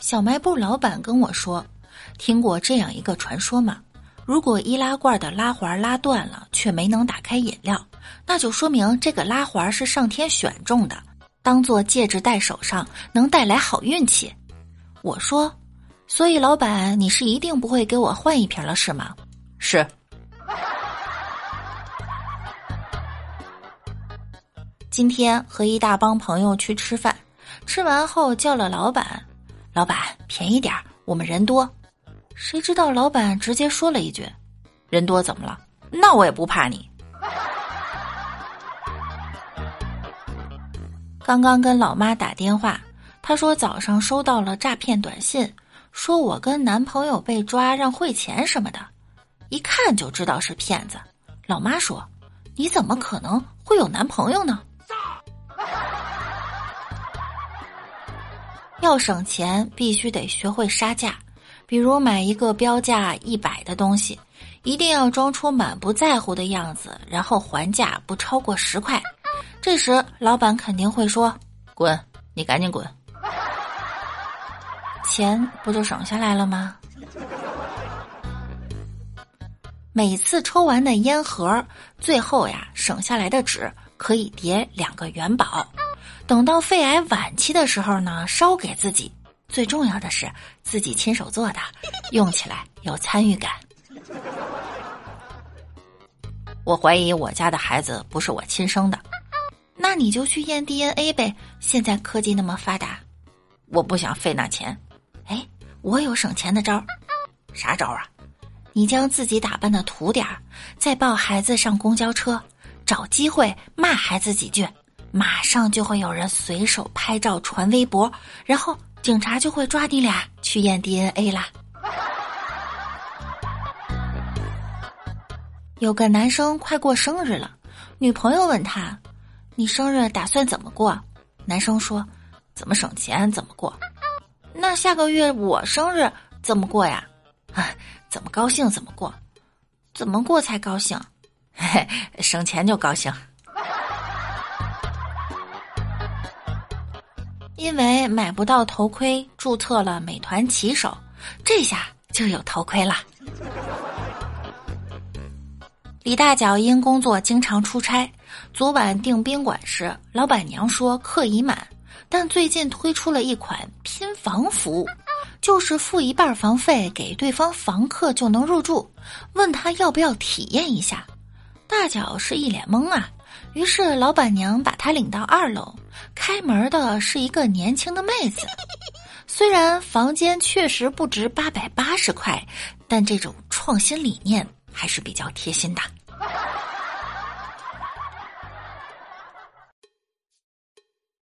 小卖部老板跟我说，听过这样一个传说吗？如果易拉罐的拉环拉断了，却没能打开饮料，那就说明这个拉环是上天选中的，当做戒指戴手上，能带来好运气。我说，所以老板，你是一定不会给我换一瓶了是吗？ 是。 今天和一大帮朋友去吃饭，吃完后叫了老板，老板便宜点，我们人多。谁知道老板直接说了一句，人多怎么了？那我也不怕你。刚刚跟老妈打电话，她说早上收到了诈骗短信，说我跟男朋友被抓让汇钱什么的，一看就知道是骗子。老妈说，你怎么可能会有男朋友呢？要省钱必须得学会杀价，比如买一个标价100的东西，一定要装出满不在乎的样子，然后还价不超过10块。这时老板肯定会说，滚，你赶紧滚。钱不就省下来了吗？每次抽完的烟盒，最后省下来的纸可以叠2个元宝，等到肺癌晚期的时候呢，烧给自己。最重要的是自己亲手做的，用起来有参与感。 我怀疑我家的孩子不是我亲生的。 那你就去验 DNA 呗，现在科技那么发达。 我不想费那钱。 我有省钱的招。 啥招啊？ 你将自己打扮的土点儿，再抱孩子上公交车，找机会骂孩子几句，马上就会有人随手拍照传微博，然后警察就会抓你俩去验 DNA 啦。有个男生快过生日了，女朋友问他，你生日打算怎么过？男生说，怎么省钱怎么过。那下个月我生日怎么过呀？怎么高兴怎么过。怎么过才高兴？ 省钱就高兴。 因为买不到头盔，注册了美团骑手，这下就有头盔了。李大脚因工作经常出差，昨晚订宾馆时，老板娘说客已满，但最近推出了一款拼房服务，就是付一半房费给对方房客就能入住，问他要不要体验一下。大脚是一脸懵啊，于是老板娘把他领到2楼，开门的是一个年轻的妹子。虽然房间确实不值880块，但这种创新理念还是比较贴心的。